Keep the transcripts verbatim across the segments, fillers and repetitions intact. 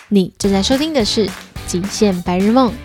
你正在收听的是《极限白日梦》，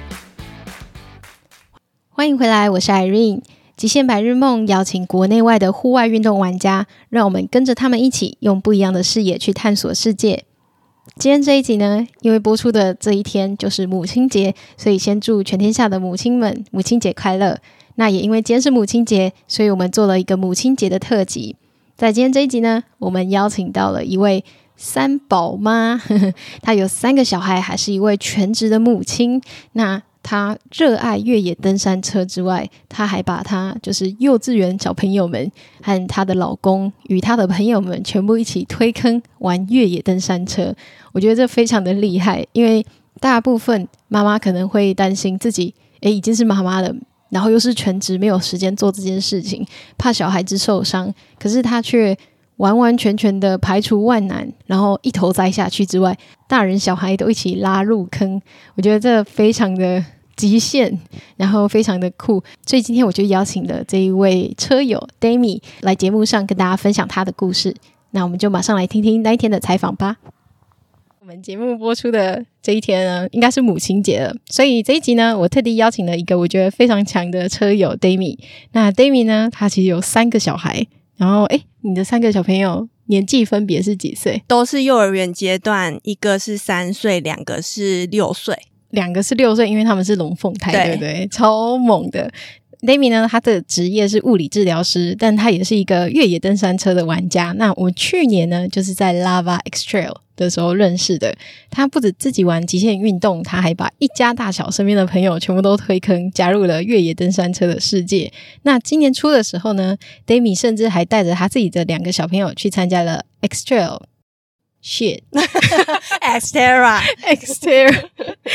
欢迎回来，我是 Irene。极限白日梦邀请国内外的户外运动玩家，让我们跟着他们一起用不一样的视野去探索世界。今天这一集呢，因为播出的这一天就是母亲节，所以先祝全天下的母亲们母亲节快乐。那也因为今天是母亲节，所以我们做了一个母亲节的特辑。在今天这一集呢，我们邀请到了一位三宝妈，呵呵，她有三个小孩，还是一位全职的母亲。那她热爱越野登山车之外，她还把她就是幼稚园小朋友们和她的老公与她的朋友们全部一起推坑玩越野登山车。我觉得这非常的厉害，因为大部分妈妈可能会担心自己诶已经是妈妈了，然后又是全职，没有时间做这件事情，怕小孩子受伤，可是她却完完全全的排除万难，然后一头栽下去之外，大人小孩都一起拉入坑。我觉得这非常的极限，然后非常的酷，所以今天我就邀请了这一位车友 Demi 来节目上跟大家分享他的故事。那我们就马上来听听那一天的采访吧。我们节目播出的这一天呢，应该是母亲节了，所以这一集呢，我特地邀请了一个我觉得非常强的车友 Demi。那 Demi 呢，他其实有三个小孩，然后诶你的三个小朋友年纪分别是几岁？ 都是幼儿园阶段，一个是三岁，两个是六岁。 两个是六岁，因为他们是龙凤胎， 对, 对不对？超猛的。Demi 呢，他的职业是物理治疗师，但他也是一个越野登山车的玩家。那我去年呢，就是在 Lava X Trail 的时候认识的。他不止自己玩极限运动，他还把一家大小身边的朋友全部都推坑，加入了越野登山车的世界。那今年初的时候呢 Demi 甚至还带着他自己的两个小朋友去参加了 X Trail Shit Xterra Xterra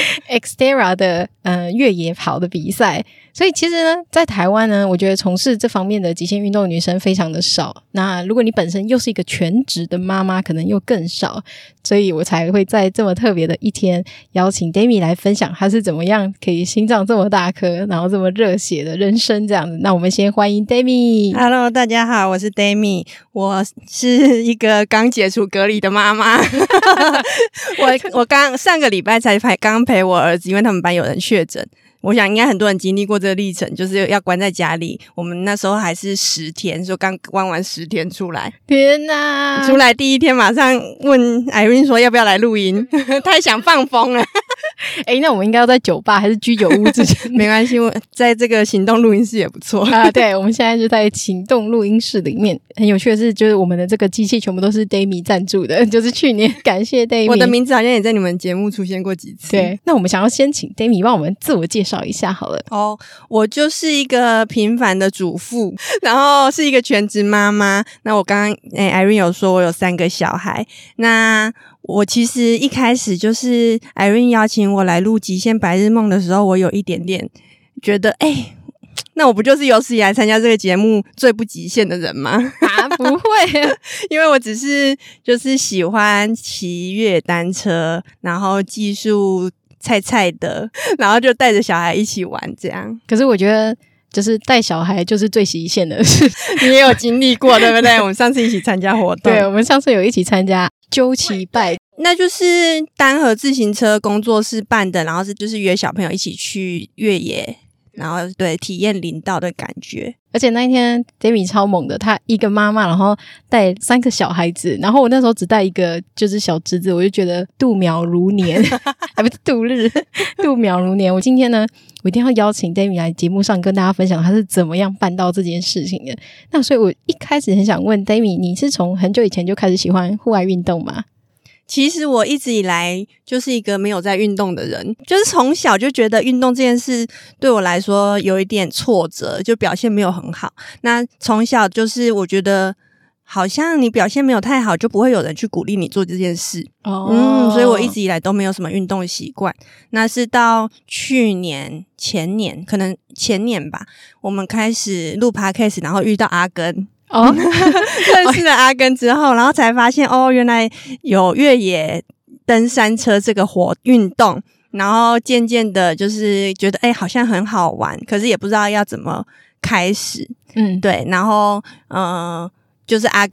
Xterra 的呃越野跑的比赛。所以其实呢，在台湾呢，我觉得从事这方面的极限运动的女生非常的少。那如果你本身又是一个全职的妈妈，可能又更少。所以我才会在这么特别的一天邀请 Demi 来分享她是怎么样可以心脏这么大颗，然后这么热血的人生这样子。那我们先欢迎 Demi。Hello， 大家好，我是 Demi， 我是一个刚解除隔离的妈妈。我我刚上个礼拜才陪刚陪我儿子，因为他们班有人确诊。我想应该很多人经历过这个历程，就是要关在家里。我们那时候还是十天，说刚关完十天出来。 天哪！ 出来第一天马上问 Irene 说要不要来录音，太想放风了。 诶，那我们应该要在酒吧还是居酒屋之前？ 没关系，在这个行动录音室也不错啊。对，我们现在就在行动录音室里面。很有趣的是，就是我们的这个机器全部都是 Demi 赞助的，就是去年感谢 Demi。 我的名字好像也在你们节目出现过几次。 对，那我们想要先请 Demi 帮我们自我介绍一下好了。 哦，我就是一个平凡的主妇，然后是一个全职妈妈。那我刚刚诶 Irene 有说我有三个小孩，那我其实一开始就是 Irene 邀请我来录极限白日梦的时候，我有一点点觉得诶、欸那我不就是有史以来参加这个节目最不极限的人吗？ 啊，不会啊， 因为我只是就是喜欢骑越野单车，然后技术菜菜的，然后就带着小孩一起玩这样。 可是我觉得就是带小孩就是最极限的事， 你也有经历过对不对？我们上次一起参加活动， 对，我们上次有一起参加揪骑拜， 那就是单和自行车工作室办的，然后是就是约小朋友一起去越野。然后对体验林道的感觉。 而且那一天 Demi 超猛的，她一个妈妈然后带三个小孩子，然后我那时候只带一个就是小侄子，我就觉得度秒如年还不是度日，度秒如年。我今天呢我一定要邀请 Demi 来节目上跟大家分享她是怎么样办到这件事情的。那所以我一开始很想问 Demi， 你是从很久以前就开始喜欢户外运动吗？ 其实我一直以来就是一个没有在运动的人，就是从小就觉得运动这件事对我来说有一点挫折，就表现没有很好。那从小就是我觉得好像你表现没有太好，就不会有人去鼓励你做这件事。 哦， 嗯，所以我一直以来都没有什么运动习惯。那是到去年、前年，可能前年吧，我们开始录 podcast， 然后遇到阿根。哦，认识了阿根之后，然后才发现哦，原来有越野登山车这个活运动，然后渐渐的就是觉得哎、欸，好像很好玩，可是也不知道要怎么开始。嗯，对，然后呃，就是阿根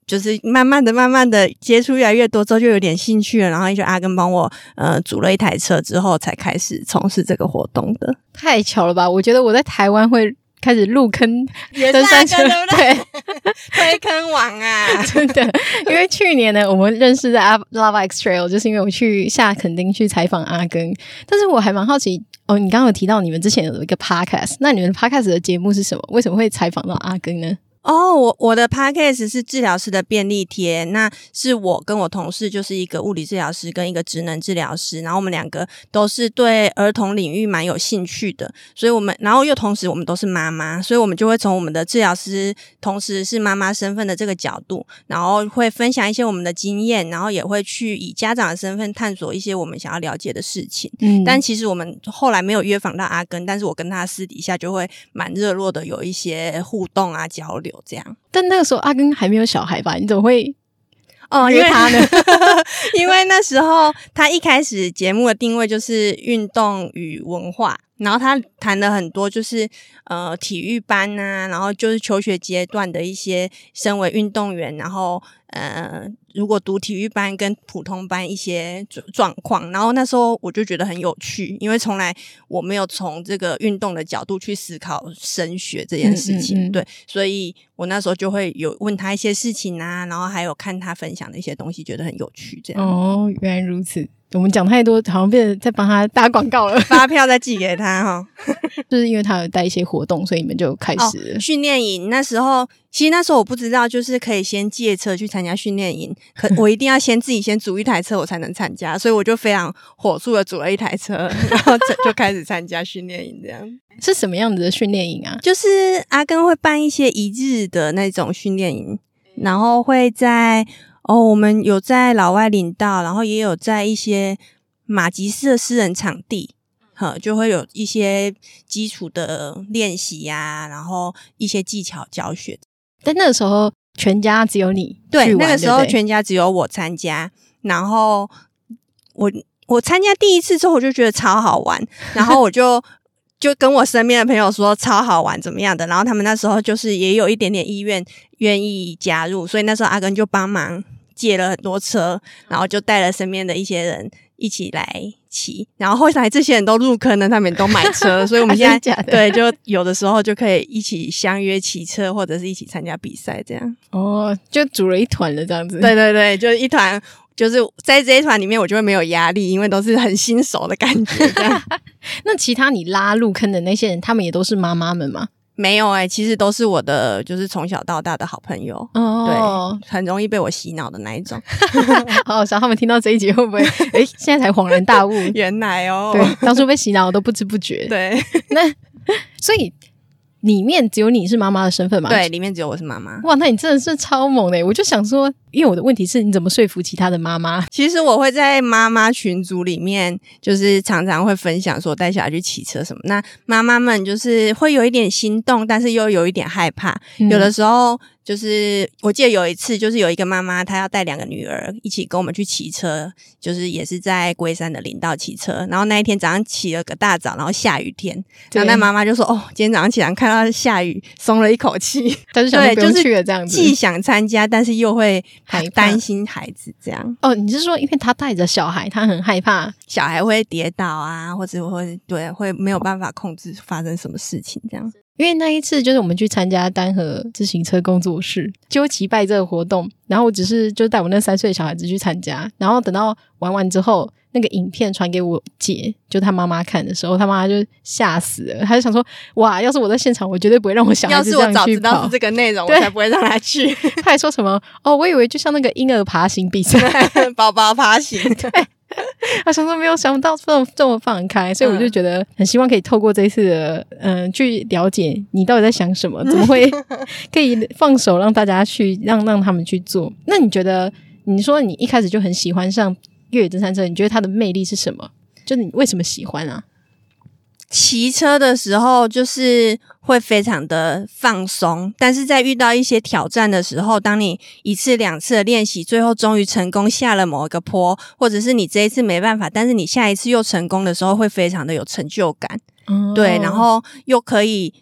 就是慢慢的慢慢的接触越来越多之后就有点兴趣了，然后就阿根帮我呃组了一台车之后才开始从事这个活动的。 太巧了吧，我觉得我在台湾会开始入坑登山车， 对不对？ 对， 推坑王啊真的，因为去年呢我们认识在 Lava X Trail 就是因为我去下垦丁去采访阿根，但是我还蛮好奇哦，你刚刚有提到你们之前有一个 podcast， 那你们 podcast 的节目是什么？为什么会采访到阿根呢？ 哦，我我的 podcast 是治疗师的便利贴，那是我跟我同事就是一个物理治疗师跟一个职能治疗师，然后我们两个都是对儿童领域蛮有兴趣的，所以我们然后又同时我们都是妈妈，所以我们就会从我们的治疗师同时是妈妈身份的这个角度，然后会分享一些我们的经验，然后也会去以家长的身份探索一些我们想要了解的事情。嗯，但其实我们后来没有约访到阿根，但是我跟他私底下就会蛮热络的有一些互动啊交流这样。 但那个时候阿根还没有小孩吧？你怎么会哦约他呢？ 因为那时候他一开始节目的定位就是运动与文化，然后他谈了很多就是呃体育班啊，然后就是求学阶段的一些身为运动员，然后呃如果读体育班跟普通班一些状况，然后那时候我就觉得很有趣，因为从来我没有从这个运动的角度去思考升学这件事情。嗯嗯嗯，对，所以我那时候就会有问他一些事情啊，然后还有看他分享的一些东西，觉得很有趣这样。 哦，原来如此。我们讲太多好像变成在帮他打广告了， 发票再寄给他齁。 就是因为他有带一些活动，所以你们就开始了、 哦、训练营。那时候其实那时候我不知道就是可以先借车去参加训练营，可我一定要先自己先组一台车我才能参加，所以我就非常火速的组了一台车，然后就开始参加训练营这样。 是什么样子的训练营啊？ 就是阿根会办一些一日的那种训练营，然后会在哦，我们有在老外领道，然后也有在一些马吉斯的私人场地，呵，就会有一些基础的练习啊，然后一些技巧教学。 但那个时候全家只有你去玩， 对，那个时候对对全家只有我参加，然后我我参加第一次之后我就觉得超好玩，然后我就就跟我身边的朋友说超好玩怎么样的，然后他们那时候就是也有一点点意愿愿意加入，所以那时候阿根就帮忙借了很多车，然后就带了身边的一些人一起来骑，然后后来这些人都入坑了，他们都买车，所以我们现在假的对就有的时候就可以一起相约骑车，或者是一起参加比赛这样。 哦，就组了一团了这样子。 对对对，就是一团，就是在这一团里面我就会没有压力，因为都是很新手的感觉这样。 那其他你拉入坑的那些人，他们也都是妈妈们吗？ 没有诶、欸、其实都是我的就是从小到大的好朋友。 哦， 对，很容易被我洗脑的那一种。 好好笑，他们听到这一集会不会诶现在才恍然大悟， 原来哦， 对，当初被洗脑我都不知不觉。 对， 那所以里面只有你是妈妈的身份吗？ 对，里面只有我是妈妈。 哇，那你真的是超猛的耶！我就想说，因为我的问题是你怎么说服其他的妈妈？ 其实我会在妈妈群组里面，就是常常会分享说带小孩去骑车什么。那妈妈们就是会有一点心动，但是又有一点害怕。嗯、有的时候就是我记得有一次，就是有一个妈妈她要带两个女儿一起跟我们去骑车，就是也是在龟山的林道骑车。然后那一天早上起了个大早，然后下雨天，然后那妈妈就说：“哦，今天早上起来看到下雨，松了一口气。” 但是想说不用去了这样子， 既想参加，但是又会还担心孩子这样。 哦，你是说因为他带着小孩，他很害怕小孩会跌倒啊，或者会对会没有办法控制发生什么事情这样。 因为那一次就是我们去参加单和自行车工作室纠骑拜这个活动，然后我只是就带我那三岁的小孩子去参加，然后等到玩完之后，那个影片传给我姐，就他妈妈看的时候，他妈妈就吓死了，他就想说哇，要是我在现场我绝对不会让我小孩子这样去跑， 要是我早知道是这个内容我才不会让他去。 他还说什么哦，我以为就像那个婴儿爬行比赛宝宝爬行。 对，他想说没有想到这么这么放开，所以我就觉得很希望可以透过这一次的嗯、呃，去了解你到底在想什么，怎么会可以放手让大家去让让他们去做。那你觉得你说你一开始就很喜欢上越野登山车，你觉得它的魅力是什么？就你为什么喜欢啊？ 骑车的时候就是会非常的放松，但是在遇到一些挑战的时候，当你一次两次的练习，最后终于成功下了某一个坡，或者是你这一次没办法，但是你下一次又成功的时候，会非常的有成就感。哦、对，然后又可以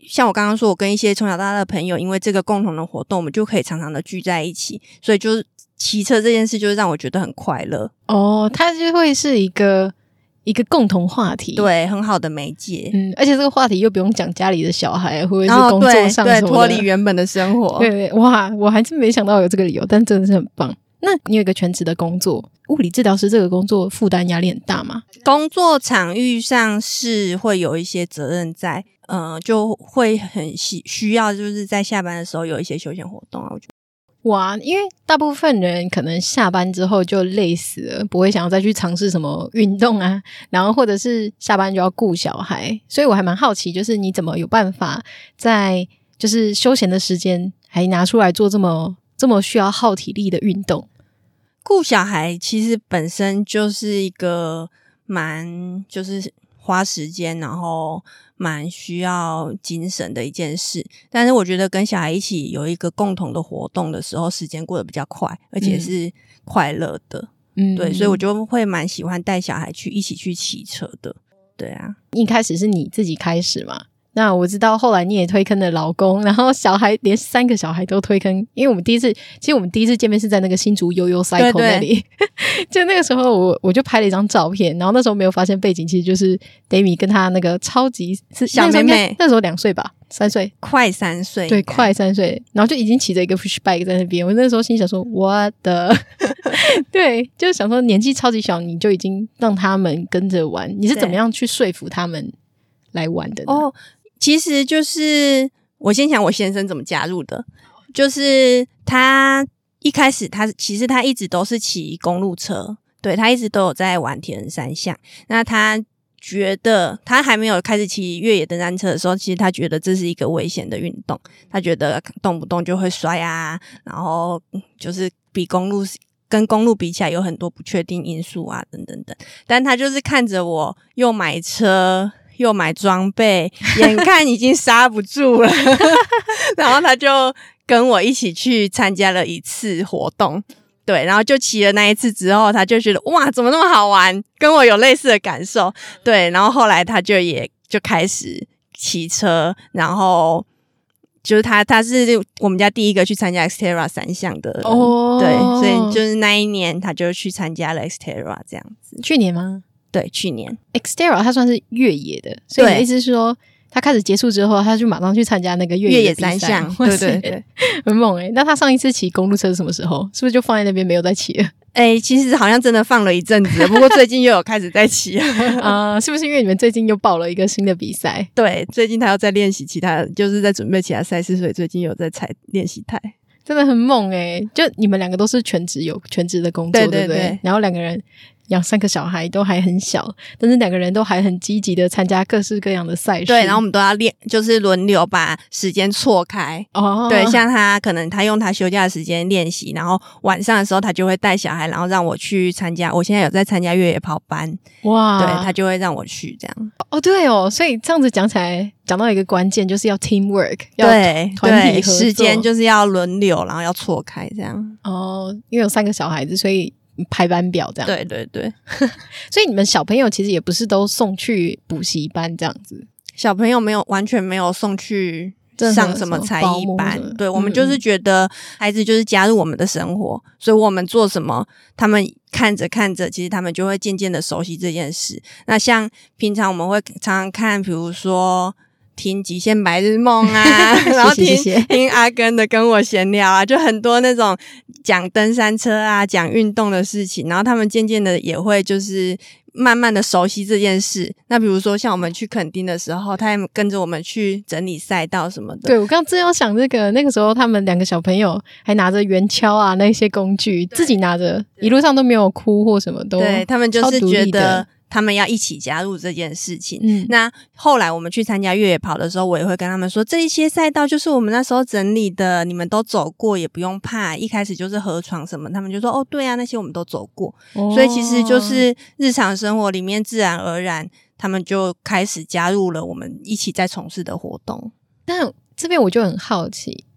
像我刚刚说，我跟一些从小到大的朋友，因为这个共同的活动，我们就可以常常的聚在一起，所以就是骑车这件事就是让我觉得很快乐。 哦，它就会是一个一个共同话题， 对，很好的媒介。 嗯，而且这个话题又不用讲家里的小孩或者是工作上什么的， 哦、对对，脱离原本的生活。 对对，哇，我还真没想到有这个理由，但真的是很棒。那你有一个全职的工作，物理治疗师这个工作负担压力很大吗？ 工作场域上是会有一些责任在，呃，就会很需需要就是在下班的时候有一些休闲活动啊。我觉得哇，因为大部分人可能下班之后就累死了，不会想要再去尝试什么运动啊，然后或者是下班就要顾小孩，所以我还蛮好奇，就是你怎么有办法在就是休闲的时间还拿出来做这么这么需要耗体力的运动？ 顾小孩其实本身就是一个蛮就是花时间，然后蛮需要精神的一件事。但是我觉得跟小孩一起有一个共同的活动的时候，时间过得比较快，而且是快乐的。嗯，对，所以我就会蛮喜欢带小孩去一起去骑车的。对啊， 一开始是你自己开始嘛？那我知道后来你也推坑了老公，然后小孩连三个小孩都推坑，因为我们第一次其实我们第一次见面是在那个新竹悠悠 cycle 那里，就那个时候我我就拍了一张照片，然后那时候没有发现背景其实就是 Demi 跟他那个超级是小妹妹， 那时候两岁吧，三岁， 快三岁， 对，快三岁，然后就已经骑着一个 push bike 在那边。我那时候心想说我的对，就是想说年纪超级小你就已经让他们跟着玩，你是怎么样去说服他们来玩的呢？ 哦，其实就是我先讲我先生怎么加入的，就是他一开始他其实他一直都是骑公路车，对，他一直都有在玩铁人三项。那他觉得他还没有开始骑越野登山车的时候，其实他觉得这是一个危险的运动，他觉得动不动就会摔啊，然后就是比公路跟公路比起来有很多不确定因素啊等等等。但他就是看着我又买车又买装备，眼看已经刹不住了然后他就跟我一起去参加了一次活动，对，然后就骑了那一次之后，他就觉得哇怎么那么好玩，跟我有类似的感受，对，然后后来他就也就开始骑车，然后就是他他是我们家第一个去参加 Xterra 三项的人，哦，对，所以就是那一年他就去参加了 Xterra 这样子。 去年吗？ 对，去年 Xterra 它算是越野的，所以你的意思是说他开始结束之后他就马上去参加那个越野的比赛， 越野三项，对对对， 很猛欸。那他上一次骑公路车是什么时候？是不是就放在那边没有再骑了？ 欸，其实好像真的放了一阵子，不过最近又有开始在骑啊、呃，是不是因为你们最近又报了一个新的比赛？ 对，最近他要在练习其他，就是在准备其他赛事，所以最近有在踩练习台， 真的很猛欸。就你们两个都是全职有全职的工作， 对对对, 对不对？然后两个人养三个小孩都还很小，但是两个人都还很积极的参加各式各样的赛事。 对，然后我们都要练，就是轮流把时间错开。哦，对，像他可能他用他休假的时间练习，然后晚上的时候他就会带小孩，然后让我去参加。我现在有在参加越野跑班，哇，对，他就会让我去这样。 哦，对哦，所以这样子讲起来，讲到一个关键就是要 teamwork， 要团体合作， 时间就是要轮流，然后要错开这样。 哦，因为有三个小孩子，所以排班表这样。 对对对所以你们小朋友其实也不是都送去补习班这样子， 小朋友没有完全没有送去上什么才艺班，对，我们就是觉得孩子就是加入我们的生活，嗯，所以我们做什么他们看着看着其实他们就会渐渐的熟悉这件事。那像平常我们会常常看比如说听极限白日梦啊然后听谢谢听阿根的跟我闲聊啊，就很多那种讲登山车啊讲运动的事情，然后他们渐渐的也会就是慢慢的熟悉这件事。那比如说像我们去垦丁的时候，他也跟着我们去整理赛道什么的。 对，我刚刚正要想这个，那个时候他们两个小朋友还拿着圆锹啊那些工具自己拿着，一路上都没有哭或什么，都对，他们就是觉得他们要一起加入这件事情。嗯，那后来我们去参加越野跑的时候，我也会跟他们说，这一些赛道就是我们那时候整理的，你们都走过，也不用怕。一开始就是河床什么，他们就说哦，对啊，那些我们都走过。哦，所以其实就是日常生活里面自然而然，他们就开始加入了我们一起在从事的活动。 但这边我就很好奇，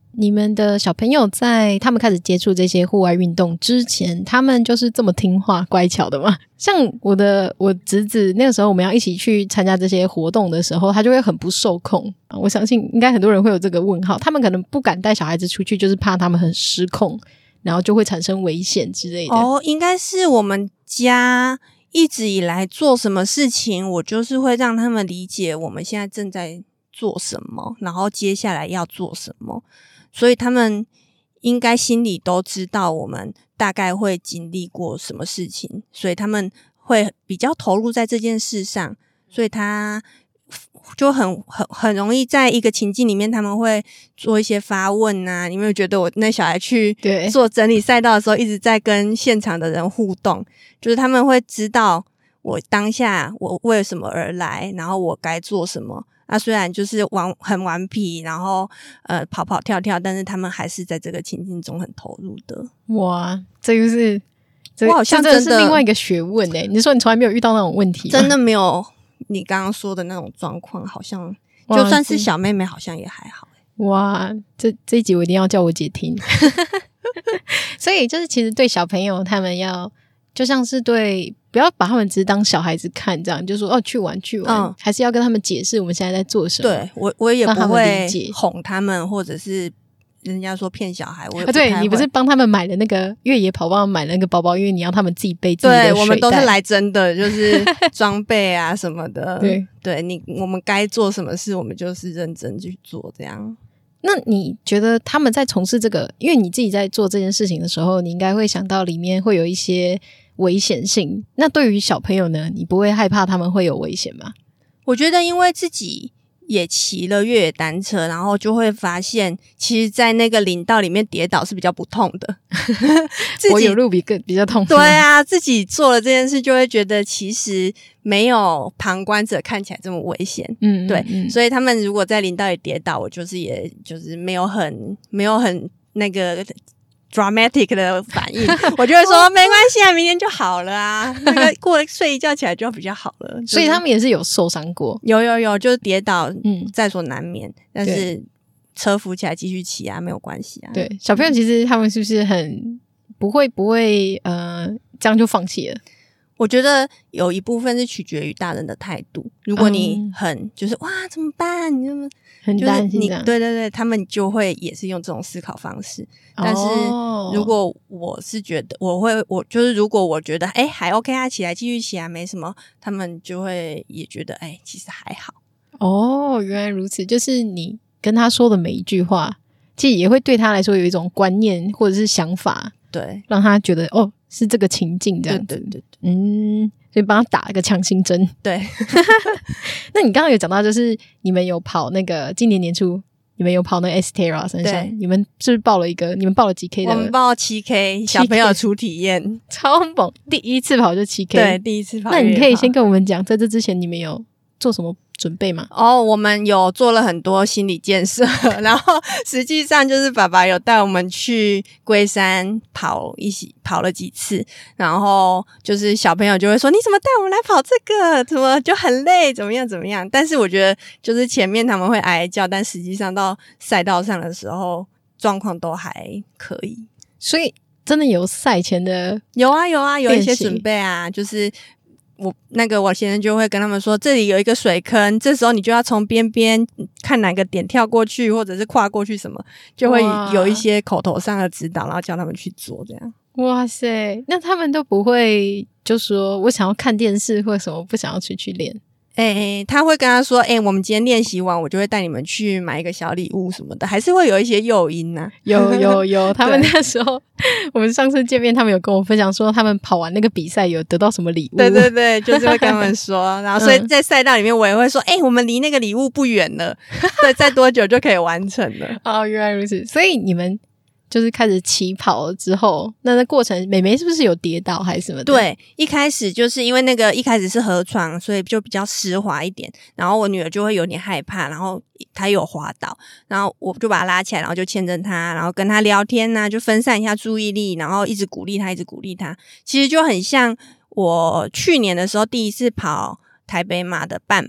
你们的小朋友在他们开始接触这些户外运动之前，他们就是这么听话乖巧的吗？像我的我侄子那个时候我们要一起去参加这些活动的时候，他就会很不受控。我相信应该很多人会有这个问号，他们可能不敢带小孩子出去，就是怕他们很失控，然后就会产生危险之类的。 哦，应该是我们家一直以来做什么事情，我就是会让他们理解我们现在正在做什么，然后接下来要做什么，所以他们应该心里都知道我们大概会经历过什么事情，所以他们会比较投入在这件事上，所以他就很很很容易在一个情境里面，他们会做一些发问啊。你有没有觉得我那小孩去做整理赛道的时候，一直在跟现场的人互动？就是他们会知道我当下我为什么而来，然后我该做什么。那、啊、虽然就是玩很顽皮，然后呃跑跑跳跳，但是他们还是在这个情境中很投入的。 哇，这就是这我好像真的这是另外一个学问诶、欸。你说你从来没有遇到那种问题吗？ 真的没有你刚刚说的那种状况，好像就算是小妹妹，好像也还好、欸。 哇，这这一集我一定要叫我姐听。所以就是其实对小朋友他们要就像是对不要把他们只是当小孩子看这样，就说哦去玩去玩、嗯、还是要跟他们解释我们现在在做什么。 对，我我也不会哄他们，或者是人家说骗小孩，我也不太会、 啊、对，你不是帮他们买了那个越野跑帮他们买了那个包包，因为你要他们自己背自己的水袋。 对，我们都是来真的，就是装备啊什么的。 对对，你我们该做什么事，我们就是认真去做这样。 那你觉得他们在从事这个，因为你自己在做这件事情的时候，你应该会想到里面会有一些危险性。那对于小朋友呢，你不会害怕他们会有危险吗？ 我觉得因为自己也骑了越野单车，然后就会发现其实在那个林道里面跌倒是比较不痛的。 我有路比更比较痛。 对啊，自己做了这件事就会觉得其实没有旁观者看起来这么危险。嗯，对嗯，所以他们如果在林道里跌倒，我就是也就是没有很没有很那个dramatic 的反应，我就会说没关系啊，明天就好了啊，那个过睡一觉起来就比较好了。 所以他们也是有受伤过？ 有有有，就是跌倒，嗯，在所难免，但是车扶起来继续骑啊，没有关系啊。 对，小朋友其实他们是不是很不会不会呃这样就放弃了？ 我觉得有一部分是取决于大人的态度。如果你很、嗯、就是哇怎么办，你这么很担心、 就是、你对对对，他们就会也是用这种思考方式。但是如果我是觉得我会我就是如果我觉得哎还 OK 啊，起来继续骑啊，没什么，他们就会也觉得哎其实还好。 哦，原来如此，就是你跟他说的每一句话其实也会对他来说有一种观念或者是想法， 对， 让他觉得哦是这个情境这样子。 对对对对， 嗯，所以帮他打一个强心针。 对。 那你刚刚有讲到就是你们有跑那个今年年初你们有跑那个 Xterra 山上，你们是不是报了一个你们报了几 K 的？ 我们报 七 K 小朋友初体验， 超猛，第一次跑就 七 K。 对，第一次跑。 那你可以先跟我们讲在这之前你们有做什么准备吗？ 哦，我们有做了很多心理建设，然后实际上就是爸爸有带我们去龟山跑一起跑了几次，然后就是小朋友就会说你怎么带我们来跑这个，怎么就很累，怎么样怎么样。但是我觉得就是前面他们会哀叫，但实际上到赛道上的时候状况都还可以。 所以真的有赛前的有啊有啊有一些准备啊，就是我那个我先生就会跟他们说这里有一个水坑，这时候你就要从边边看哪个点跳过去或者是跨过去什么，就会有一些口头上的指导，然后叫他们去做这样。 哇塞，那他们都不会就说我想要看电视或什么不想要出去练？ 诶、欸，他会跟他说诶、欸，我们今天练习完我就会带你们去买一个小礼物什么的，还是会有一些诱因啊。 有有有，他们那时候我们上次见面他们有跟我分享说他们跑完那个比赛有得到什么礼物。 对对对，就是会跟他们说然后所以在赛道里面我也会说诶、欸，我们离那个礼物不远了，对，再多久就可以完成了。 哦，原来如此。所以你们就是开始起跑了之后，那那过程妹妹是不是有跌倒还是什么的？ 对，一开始就是因为那个一开始是河床，所以就比较湿滑一点，然后我女儿就会有点害怕，然后她有滑倒，然后我就把她拉起来，然后就牵着她，然后跟她聊天啊，就分散一下注意力，然后一直鼓励她一直鼓励她。其实就很像我去年的时候第一次跑台北马的半马，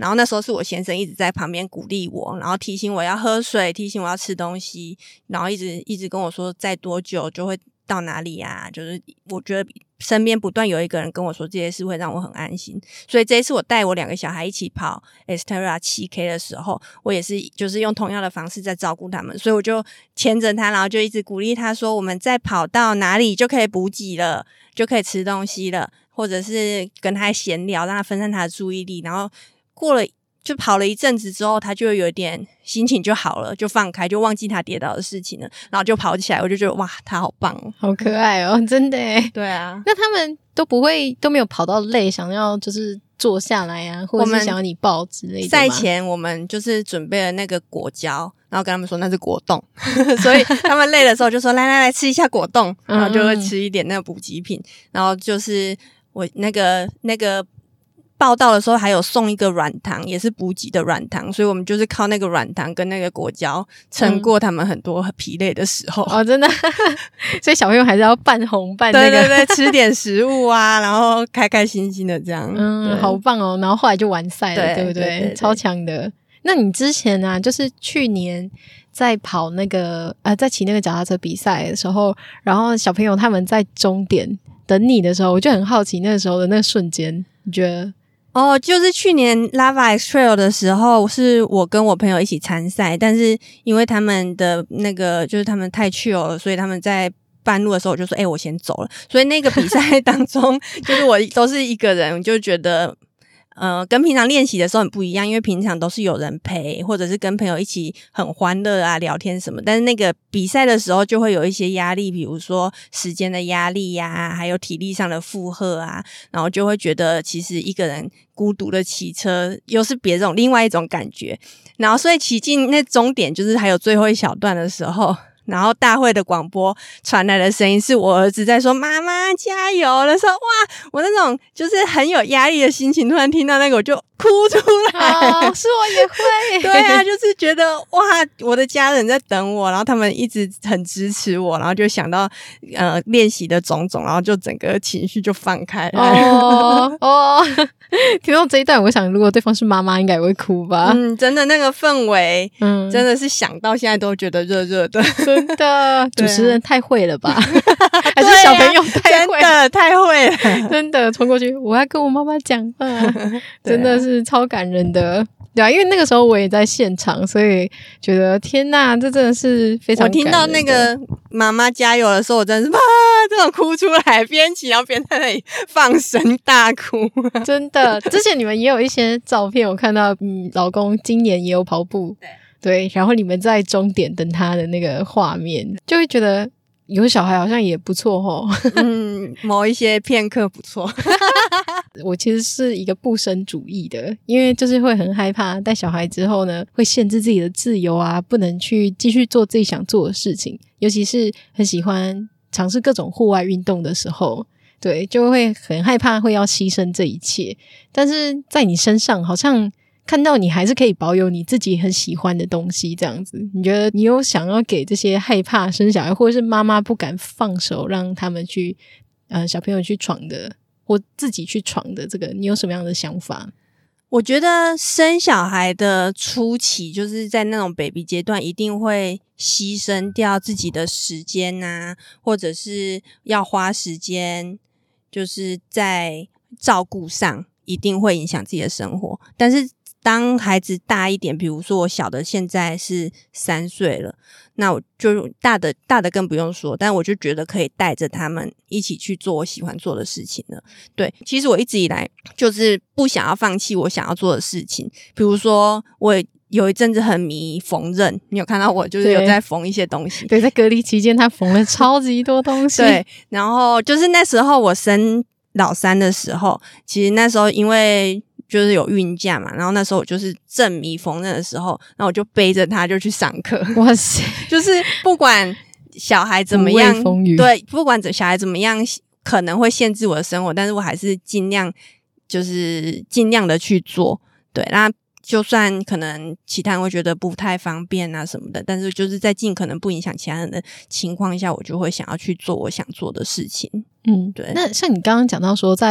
然后那时候是我先生一直在旁边鼓励我，然后提醒我要喝水，提醒我要吃东西，然后一直一直跟我说再多久就会到哪里啊，就是我觉得身边不断有一个人跟我说这些事会让我很安心。所以这一次我带我两个小孩一起跑 Xterra 七 K 的时候，我也是就是用同样的方式在照顾他们，所以我就牵着他，然后就一直鼓励他说我们再跑到哪里就可以补给了，就可以吃东西了，或者是跟他闲聊，让他分散他的注意力。然后过了就跑了一阵子之后，他就有点心情就好了，就放开，就忘记他跌倒的事情了，然后就跑起来。我就觉得哇，他好棒哦， 好可爱哦，真的耶。 对啊， 那他们都不会都没有跑到累，想要就是坐下来啊，或者是想要你抱之类的吗？ 赛前我们就是准备了那个果胶，然后跟他们说那是果冻所以他们累的时候就说来来来吃一下果冻，然后就会吃一点那个补给品。然后就是我那个那个报道的时候还有送一个软糖，也是补给的软糖，所以我们就是靠那个软糖跟那个果胶撑过他们很多疲累的时候、 嗯、哦真的所以小朋友还是要半红半那个对对对，吃点食物啊然后开开心心的这样。 嗯，好棒哦。然后后来就完赛了， 对, 对不 对, 对, 对, 对，超强的。那你之前啊就是去年在跑那个呃在骑那个脚踏车比赛的时候，然后小朋友他们在终点等你的时候，我就很好奇那个时候的那个瞬间，你觉得？ 哦，就是去年 Lava X Trail 的时候，是我跟我朋友一起参赛，但是因为他们的那个就是他们太 chill 了，所以他们在半路的时候我就说，哎、欸，我先走了。所以那个比赛当中，就是我都是一个人，就觉得。呃，跟平常练习的时候很不一样，因为平常都是有人陪，或者是跟朋友一起很欢乐啊、聊天什么。但是那个比赛的时候就会有一些压力，比如说时间的压力呀、啊，还有体力上的负荷啊，然后就会觉得其实一个人孤独的骑车又是别种另外一种感觉。然后所以骑进那终点，就是还有最后一小段的时候。然后大会的广播传来的声音是我儿子在说妈妈加油的时候，哇，我那种就是很有压力的心情突然听到那个我就哭出来、 哦、是我也会对啊，就是觉得哇我的家人在等我，然后他们一直很支持我，然后就想到呃练习的种种，然后就整个情绪就放开了。 哦哦，听到这一段我想如果对方是妈妈应该也会哭吧。 嗯，真的那个氛围嗯， 真的是想到现在都觉得热热的。 真的主持人太会了吧还是小朋友太会、 啊、真的太会了真的冲过去我要跟我妈妈讲话真的是超感人的。对啊，因为那个时候我也在现场，所以觉得天哪，这真的是非常感人的。 我听到那个妈妈加油的时候，我真的是啊，这种哭出来，边骑然后边在那里放声大哭。 真的，之前你们也有一些照片，我看到嗯，老公今年也有跑步，对，然后你们在终点等他的那个画面，就会觉得有小孩好像也不错齁。 嗯，某一些片刻不错。 我其实是一个不生主义的，因为就是会很害怕带小孩之后呢会限制自己的自由啊，不能去继续做自己想做的事情，尤其是很喜欢尝试各种户外运动的时候，对，就会很害怕会要牺牲这一切。但是在你身上好像看到你还是可以保有你自己很喜欢的东西这样子，你觉得你有想要给这些害怕生小孩或者是妈妈不敢放手让他们去呃小朋友去闯的或自己去闯的这个，你有什么样的想法？ 我觉得生小孩的初期就是在那种 baby 阶段一定会牺牲掉自己的时间啊，或者是要花时间就是在照顾上一定会影响自己的生活。但是当孩子大一点，比如说我小的现在是三岁了，那我就大的大的更不用说，但我就觉得可以带着他们一起去做我喜欢做的事情了。对，其实我一直以来就是不想要放弃我想要做的事情，比如说我有一阵子很迷缝纫，你有看到我就是有在缝一些东西。 对，在隔离期间他缝了超级多东西。 对，然后就是那时候我生老三的时候，其实那时候因为就是有孕假嘛，然后那时候我就是正迷缝纫的时候，然后我就背着他就去上课。 哇塞， 就是不管小孩怎么样，对，不管小孩怎么样可能会限制我的生活，但是我还是尽量就是尽量的去做。对，那就算可能其他人会觉得不太方便啊什么的，但是就是在尽可能不影响其他人的情况下，我就会想要去做我想做的事情。 嗯，对。那像你刚刚讲到说在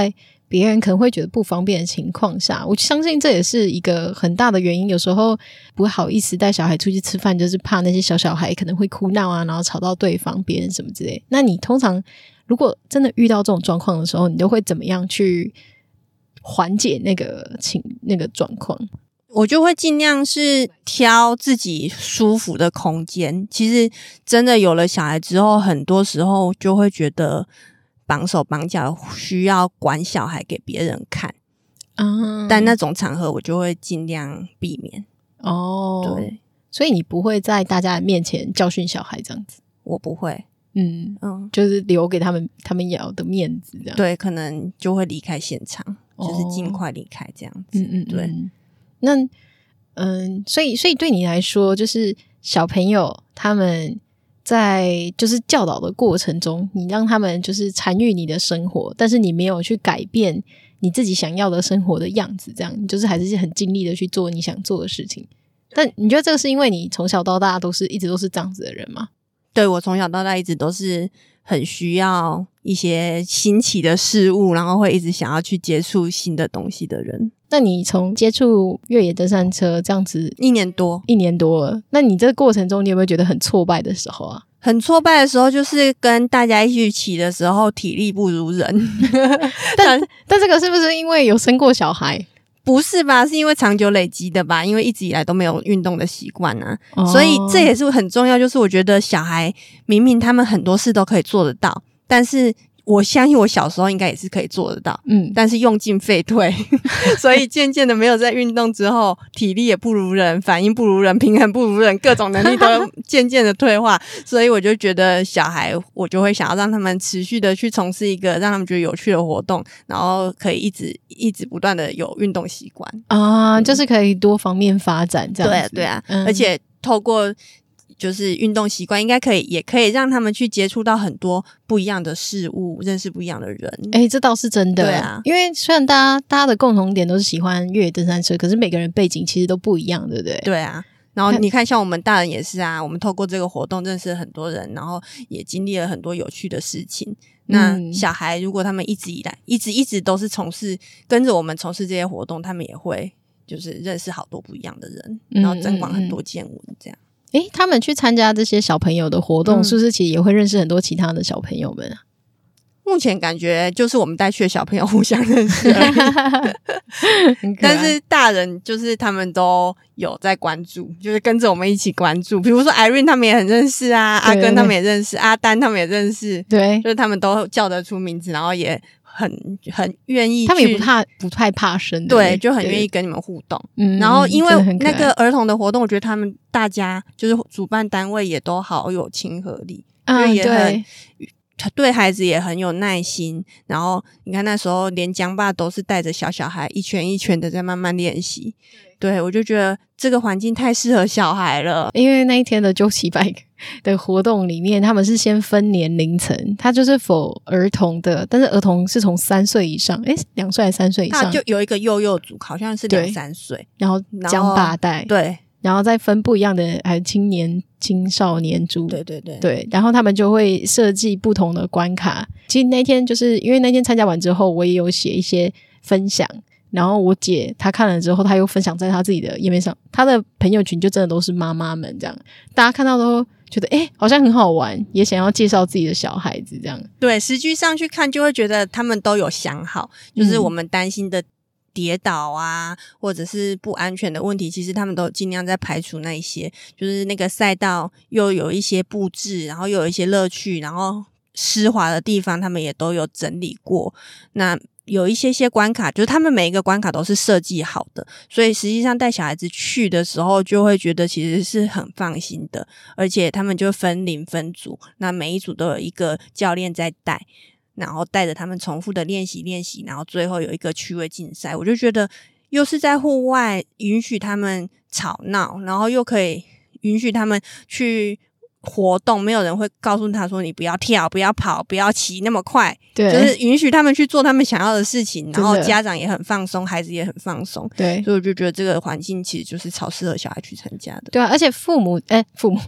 别人可能会觉得不方便的情况下，我相信这也是一个很大的原因。有时候不好意思带小孩出去吃饭，就是怕那些小小孩可能会哭闹啊，然后吵到对方别人什么之类。那你通常如果真的遇到这种状况的时候，你都会怎么样去缓解那个情那个状况？ 我就会尽量是挑自己舒服的空间。其实真的有了小孩之后，很多时候就会觉得绑手绑脚，需要管小孩给别人看。嗯，但那种场合我就会尽量避免。 哦， 对， 所以你不会在大家的面前教训小孩这样子？ 我不会。 嗯嗯，就是留给他们他们要的面子这样。 对，可能就会离开现场，哦，就是尽快离开这样子。嗯嗯，对。 那嗯，所以所以对你来说，就是小朋友他们在就是教导的过程中，你让他们就是参与你的生活，但是你没有去改变你自己想要的生活的样子，这样你就是还是很尽力的去做你想做的事情。但你觉得这个是因为你从小到大都是一直都是这样子的人吗？ 对，我从小到大一直都是很需要一些新奇的事物，然后会一直想要去接触新的东西的人。 那你从接触越野登山车这样子一年多一年多了，那你这个过程中你有没有觉得很挫败的时候啊？ 很挫败的时候就是跟大家一起骑的时候体力不如人但但这个是不是因为有生过小孩？ 不是吧，是因为长久累积的吧，因为一直以来都没有运动的习惯啊，哦，所以这也是很重要。就是我觉得小孩明明他们很多事都可以做得到，但是我相信我小时候应该也是可以做得到，嗯，但是用进废退所以渐渐的没有在运动之后，体力也不如人，反应不如人，平衡不如人，各种能力都渐渐的退化所以我就觉得小孩我就会想要让他们持续的去从事一个让他们觉得有趣的活动，然后可以一直一直不断的有运动习惯啊，嗯，就是可以多方面发展这样子。 对啊对啊，嗯，而且透过就是运动习惯应该可以也可以让他们去接触到很多不一样的事物，认识不一样的人。 诶，这倒是真的。 对啊， 因为虽然大家大家的共同点都是喜欢越野登山车，可是每个人背景其实都不一样，对不对？ 对啊，然后你看像我们大人也是啊，我们透过这个活动认识了很多人，然后也经历了很多有趣的事情。那小孩如果他们一直以来一直一直都是从事跟着我们从事这些活动，他们也会就是认识好多不一样的人，然后增广很多见闻这样。 诶，他们去参加这些小朋友的活动，嗯，是不是其实也会认识很多其他的小朋友们啊？ 目前感觉就是我们带去的小朋友互相认识而已但是大人就是他们都有在关注，就是跟着我们一起关注，比如说 Irene 他们也很认识啊，阿根他们也认识，阿丹他们也认识， 对， 就是他们都叫得出名字，然后也很很愿意去， 他们也不怕不太怕生的， 对，就很愿意跟你们互动。嗯，然后因为那个儿童的活动，我觉得他们大家就是主办单位也都好有亲和力， 嗯， 就也很对孩子也很有耐心。然后你看那时候连江爸都是带着小小孩一圈一圈的在慢慢练习，对，我就觉得这个环境太适合小孩了。 因为那一天的周期拜的活动里面，他们是先分年龄层，它就是否儿童的，但是儿童是从三岁以上，诶两岁还是三岁以上， 就有一个幼幼组好像是两三岁， 然后江爸带， 对， 然后再分不一样的还有青年青少年组， 对对对对，然后他们就会设计不同的关卡。其实那天就是因为那天参加完之后，我也有写一些分享，然后我姐她看了之后，她又分享在她自己的页面上，她的朋友群就真的都是妈妈们这样，大家看到都觉得诶好像很好玩，也想要介绍自己的小孩子这样。 对，实际上去看就会觉得他们都有想好，就是我们担心的跌倒啊，或者是不安全的问题，其实他们都尽量在排除那一些，就是那个赛道又有一些布置，然后又有一些乐趣，然后湿滑的地方他们也都有整理过。那有一些些关卡，就是他们每一个关卡都是设计好的，所以实际上带小孩子去的时候就会觉得其实是很放心的，而且他们就分龄分组，那每一组都有一个教练在带，然后带着他们重复的练习练习，然后最后有一个趣味竞赛。我就觉得又是在户外允许他们吵闹，然后又可以允许他们去活动，没有人会告诉他说你不要跳不要跑不要骑那么快， 对， 就是允许他们去做他们想要的事情，然后家长也很放松，孩子也很放松， 对， 所以我就觉得这个环境其实就是超适合小孩去参加的。 对啊，而且父母诶父母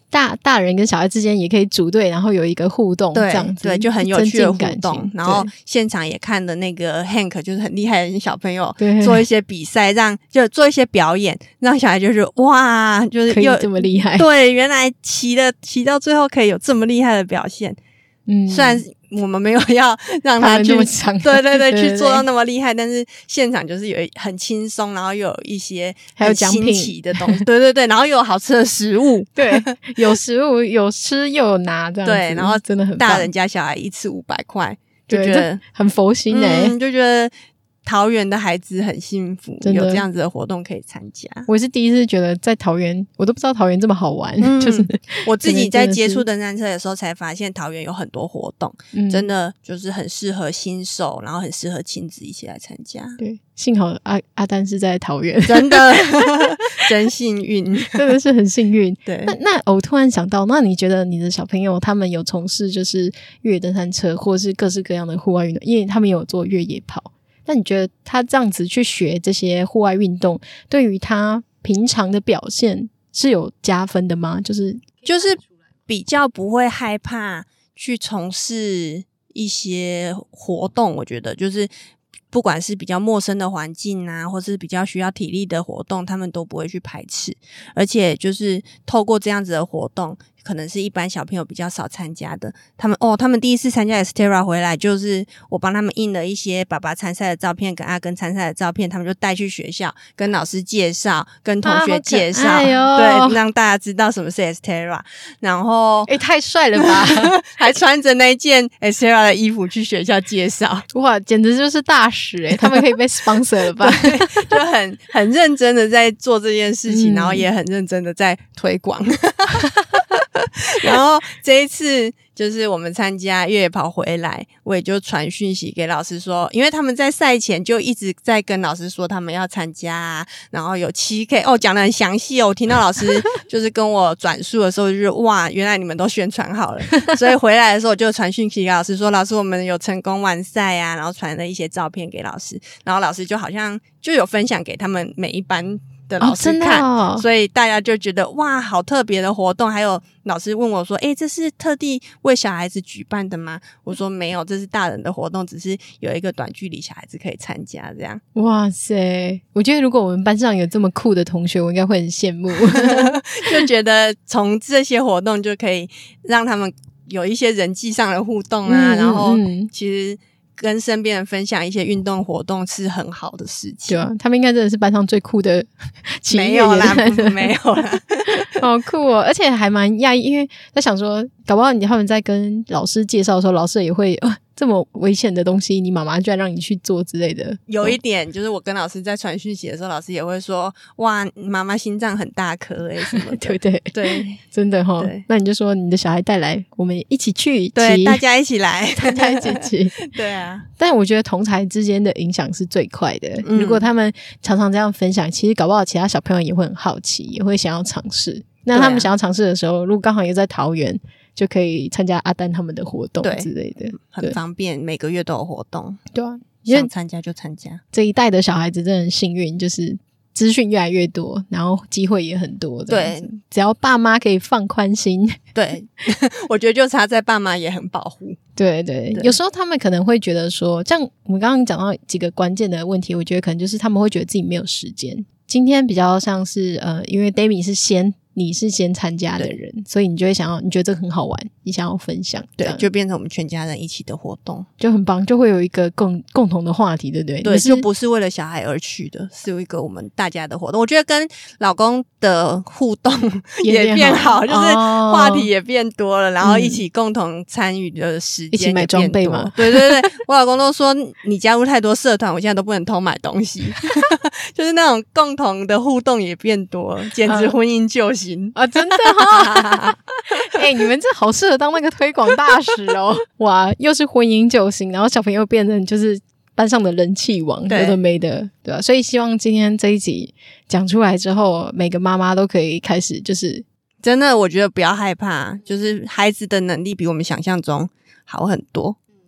大大人跟小孩之间也可以组队，然后有一个互动， 对这样子， 对，就很有趣的互动。 情然后现场也看的那个 Hank 就是很厉害的小朋友做一些比赛，让就做一些表演，让小孩就是哇，就是可以这么厉害。 对，原来骑的骑到最后可以有这么厉害的表现。嗯，虽然我们没有要让他去， 他对对对，去做到那么厉害，但是现场就是有很轻松，然后又有一些还有奖品新奇的东西，对对对，然后又有好吃的食物， 对，有食物有吃又有拿，这样子， 对，然后真的很大人加小孩一次五百块，就觉得很佛心哎、欸嗯，就觉得。桃园的孩子很幸福，有这样子的活动可以参加。 我是第一次觉得在桃园，我都不知道桃园这么好玩。嗯、就是我自己在接触登山车的时候，才发现桃园有很多活动，嗯、真的就是很适合新手，然后很适合亲子一起来参加。 对，幸好阿阿丹是在桃园， 真的真幸运， 真的是很幸运。 对， 那那我突然想到，那你觉得你的小朋友他们有从事就是越野登山车，或是各式各样的户外运动，因为他们有做越野跑。那你觉得他这样子去学这些户外运动，对于他平常的表现是有加分的吗？就是就是比较不会害怕去从事一些活动，我觉得就是不管是比较陌生的环境啊，或是比较需要体力的活动，他们都不会去排斥，而且就是透过这样子的活动，可能是一般小朋友比较少参加的。他们哦，他们第一次参加 Xterra 回来，就是我帮他们印了一些爸爸参赛的照片跟阿根参赛的照片，他们就带去学校跟老师介绍，跟同学介绍， 啊对，让大家知道什么是 Xterra。然后， 诶、欸、太帅了吧！ 还穿着那件 Xterra 的衣服去学校介绍， 哇，简直就是大使诶、欸！他们可以被 sponsor 了吧？ 就很很认真的在做这件事情， 嗯、 然后也很认真的在推广。然后这一次就是我们参加越野跑回来，我也就传讯息给老师说，因为他们在赛前就一直在跟老师说他们要参加啊，然后有 七K 哦，讲得很详细哦，我听到老师就是跟我转述的时候就是哇，原来你们都宣传好了，所以回来的时候我就传讯息给老师说，老师我们有成功完赛啊，然后传了一些照片给老师，然后老师就好像就有分享给他们每一班的老师看、 哦哦、 所以大家就觉得哇好特别的活动。还有老师问我说诶这是特地为小孩子举办的吗？我说没有，这是大人的活动，只是有一个短距离小孩子可以参加这样。 哇塞，我觉得如果我们班上有这么酷的同学，我应该会很羡慕就觉得从这些活动就可以让他们有一些人际上的互动啊、嗯、然后其实跟身边人分享一些运动活动是很好的事情。 对啊，他们应该真的是班上最酷的企业。 没有啦，没有啦， 好酷哦！而且还蛮讶异，因为在想说，搞不好你他们在跟老师介绍的时候，老师也会呃这么危险的东西，你妈妈居然让你去做之类的。 有一点就是我跟老师在传讯息的时候，老师也会说哇妈妈心脏很大颗诶什么的对对对， 真的齁。那你就说你的小孩带来，我们一起去， 对，大家一起来， 大家一起去对啊。 但我觉得同侪之间的影响是最快的、嗯、如果他们常常这样分享，其实搞不好其他小朋友也会很好奇，也会想要尝试。那他们想要尝试的时候、啊、如果刚好又在桃园，就可以参加阿丹他们的活动之类的， 很方便，每个月都有活动。 对啊， 想参加就参加。 这一代的小孩子真的很幸运，就是资讯越来越多，然后机会也很多。 对， 只要爸妈可以放宽心。 对，我觉得就差在爸妈也很保护。 对 对, 对，有时候他们可能会觉得说，像我们刚刚讲到几个关键的问题，我觉得可能就是他们会觉得自己没有时间。今天比较像是呃，因为 Demi 是先你是先参加的人，所以你就会想要，你觉得这个很好玩，你想要分享， 对，就变成我们全家人一起的活动， 就很棒，就会有一个共共同的话题，对不对？ 对，就不是为了小孩而去的，是有一个我们大家的活动。我觉得跟老公的互动也变好，变好就是话题也变多了，哦、然后一起共同参与的时间、嗯、 一起买装备嘛。 对对对，我老公都说你加入太多社团，我现在都不能偷买东西，就是那种共同的互动也变多了，简直婚姻救星。 啊，真的哈、哦！哎、欸，你们这好适合当那个推广大使哦！哇，又是婚姻救星，然后小朋友变成就是班上的人气王，有的没的，对吧、啊？所以希望今天这一集讲出来之后，每个妈妈都可以开始，就是真的，我觉得不要害怕，就是孩子的能力比我们想象中好很多。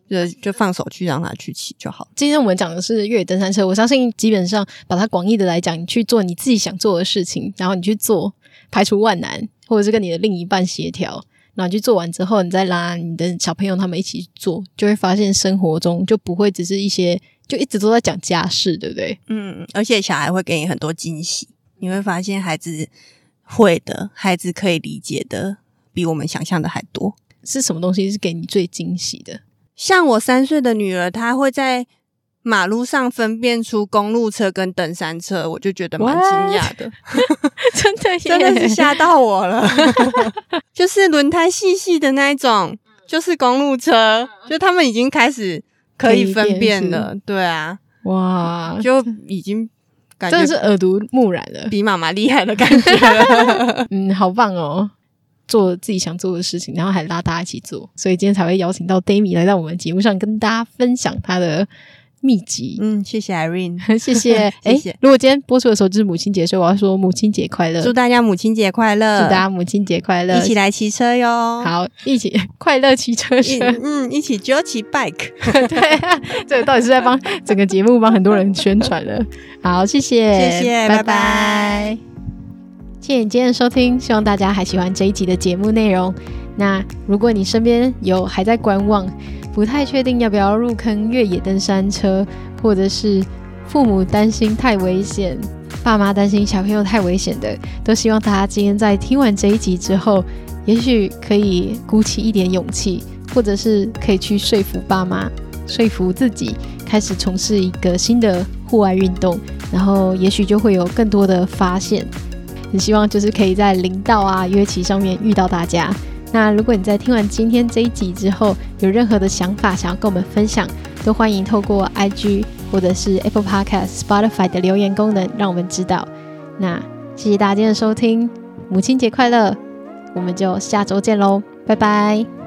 就就放手去让他去骑就好。 今天我们讲的是越野登山车，我相信基本上把它广义的来讲，你去做你自己想做的事情，然后你去做，排除万难，或者是跟你的另一半协调，然后你去做完之后，你再拉你的小朋友他们一起做，就会发现生活中就不会只是一些就一直都在讲家事，对不对？ 嗯，而且小孩会给你很多惊喜，你会发现孩子会的，孩子可以理解的比我们想象的还多。 是什么东西是给你最惊喜的？ 像我三岁的女儿，她会在马路上分辨出公路车跟登山车，我就觉得蛮惊讶的。 真的耶， 真的是吓到我了。就是轮胎细细的那一种，就是公路车，就他们已经开始可以分辨了。对啊， 哇， 就已经感觉真的是耳濡目染了， 比妈妈厉害的感觉了。 嗯，好棒哦，做自己想做的事情，然后还拉大家一起做，所以今天才会邀请到 Demi 来到我们节目上跟大家分享他的秘籍。 嗯，谢谢 Irene， 谢谢。 谢谢。 如果今天播出的时候就是母亲节，所以我要说母亲节快乐， 祝大家母亲节快乐， 祝大家母亲节快乐， 一起来骑车哟。 好，一起快乐骑车车， 嗯，一起就骑 bike。 对啊，这个到底是在帮整个节目帮很多人宣传了。好，谢谢， 谢谢，拜拜。 谢谢你今天的收听，希望大家还喜欢这一集的节目内容。那如果你身边有还在观望，不太确定要不要入坑越野登山车，或者是父母担心太危险，爸妈担心小朋友太危险的，都希望大家今天在听完这一集之后，也许可以鼓起一点勇气，或者是可以去说服爸妈，说服自己，开始从事一个新的户外运动，然后也许就会有更多的发现。很希望就是可以在林道啊、约骑上面遇到大家。那如果你在听完今天这一集之后，有任何的想法想要跟我们分享，都欢迎透过 I G 或者是 Apple Podcast、Spotify 的留言功能让我们知道。那谢谢大家今天的收听，母亲节快乐！我们就下周见喽，拜拜。